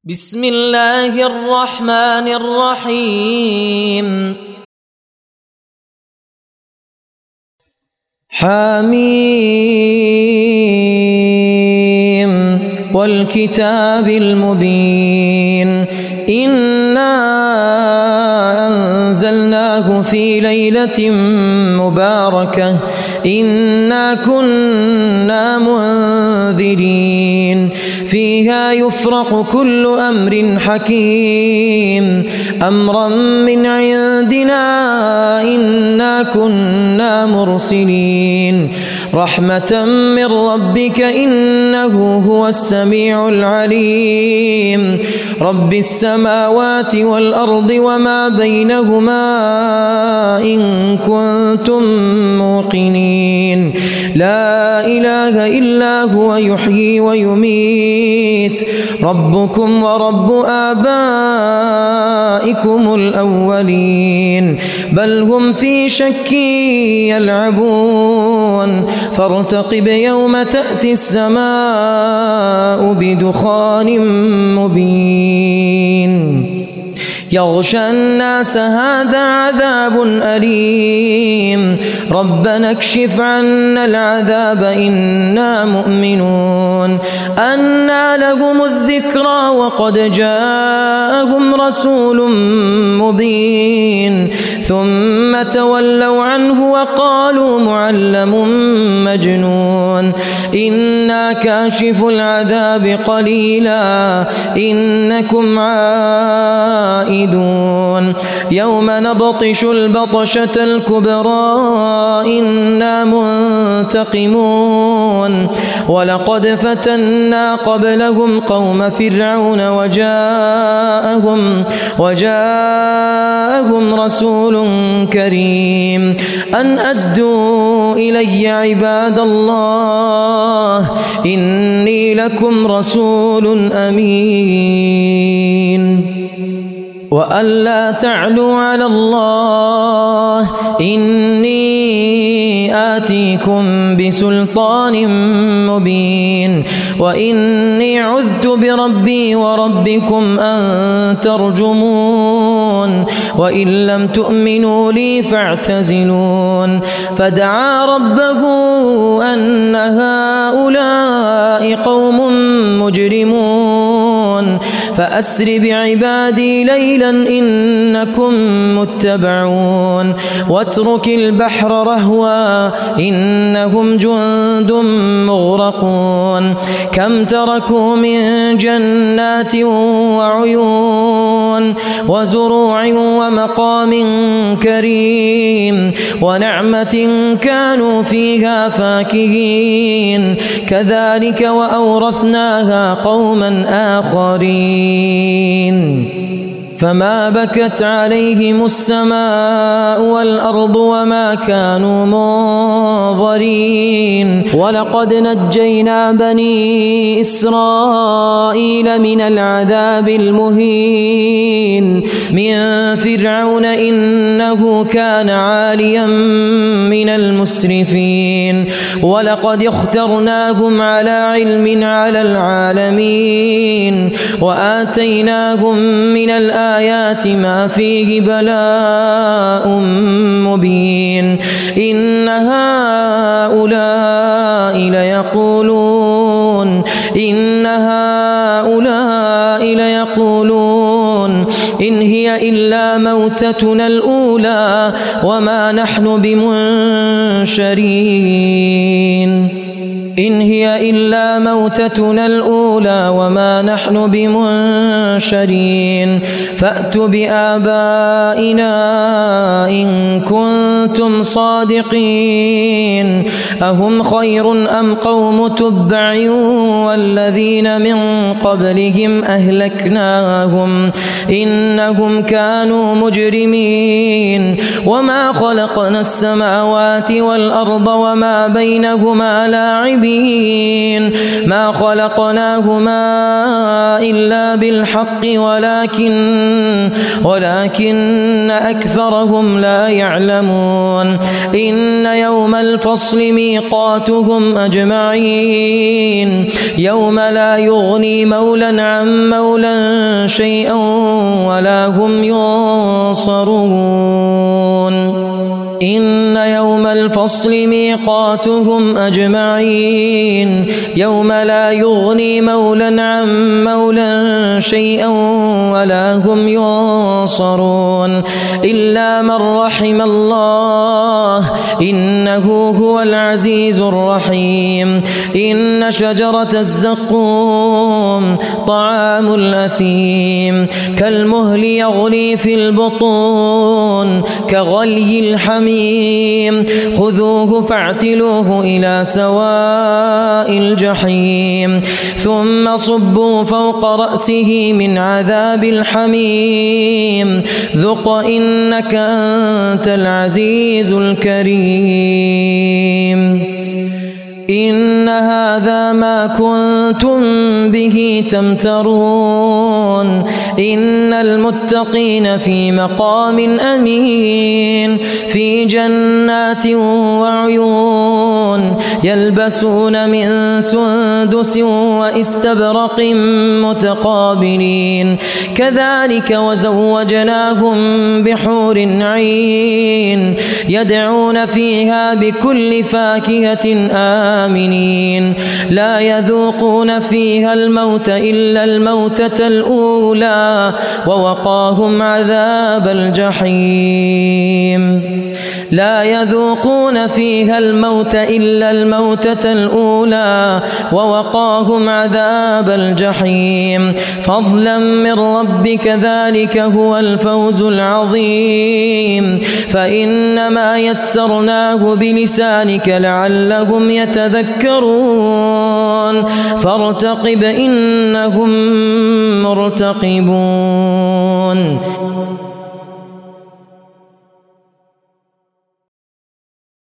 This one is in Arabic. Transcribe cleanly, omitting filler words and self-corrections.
بسم الله الرحمن الرحيم حميم والكتاب المبين إنا أنزلناه في ليلة مباركة إنا كنا منذرين فيها يفرق كل أمر حكيم أمرا من عندنا إنا كنا مرسلين رحمة من ربك إنه هو السميع العليم رب السماوات والأرض وما بينهما إن كنتم موقنين لا إله إلا هو يحيي ويميت ربكم ورب آبائكم الأولين بل هم في شك يلعبون فارتقب يوم تأتي السماء بدخان مبين يغشى الناس هذا عذاب أليم ربنا اكشف عنا العذاب إنا مؤمنون أنى لهم الذكرى وقد جاءهم رسول مبين ثم تولوا عنه وقالوا معلم مجنون إنا كاشف العذاب قليلا إنكم عائدون يوم نبطش البطشة الكبرى إنا منتقمون ولقد فتنا قبلهم قوم فرعون وجاءهم رسول كريم أن أدوا إلي عباد الله إني لكم رسول أمين وأن لا تعلوا على الله إني آتيكم بسلطان مبين وإني عذت بربي وربكم أن ترجمون وإن لم تؤمنوا لي فاعتزلون فدعا ربه أن هؤلاء قوم مجرمون فأسر بعبادي ليلا إنكم متبعون واترك البحر رهوا إنهم جند مغرقون كم تركوا من جنات وعيون وزروع ومقام كريم ونعمة كانوا فيها فاكهين كذلك وأورثناها قوما آخرين فما بكت عليهم السماء والأرض وما كانوا منظرين ولقد نجينا بني إسرائيل من العذاب المهين من فرعون إنه كان عاليا من المسرفين ولقد اخترناهم على علم على العالمين وآتيناهم من الآيات ما فيه بلاء مبين إن هؤلاء ليقولون إن هي إلا موتتنا الأولى وما نحن بمنشرين إن هي إلا موتتنا الأولى وما نحن بمنشرين فأتوا بآبائنا إن كنتم صادقين أهم خير أم قوم تبع والذين من قبلهم أهلكناهم إنهم كانوا مجرمين وما خلقنا السماوات والأرض وما بينهما لاعبين لاعبين ما خلقناهما إلا بالحق ولكن أكثرهم لا يعلمون إن يوم الفصل ميقاتهم أجمعين يوم لا يغني مولى عن مولى شيئا ولا هم ينصرون إن يوم الفصل ميقاتهم أجمعين يوم لا يغني مولى عن مولى شيئا ولا هم ينصرون إلا من رحم الله إنه هو العزيز الرحيم إن شجرة الزقوم طعام الأثيم كالمهل يغلي في البطون كغلي الحميم خذوه فاعتلوه إلى سواء الجحيم ثم صبوا فوق رأسه من عذاب الحميم ذق إنك أنت العزيز الكريم إن هذا ما كنتم به تمترون إن المتقين في مقام أمين في جنات وعيون يلبسون من سندس واستبرق متقابلين كذلك وزوجناهم بحور عين يدعون فيها بكل فاكهة آمنين لا يذوقون فيها الموت إلا الموتة الأولى ووقاهم عذاب الجحيم لا يذوقون فيها الموت إلا الموتة الأولى ووقاهم عذاب الجحيم فضلا من ربك ذلك هو الفوز العظيم فإنما يسرناه بلسانك لعلهم يتذكرون فارتقب إنهم مرتقبون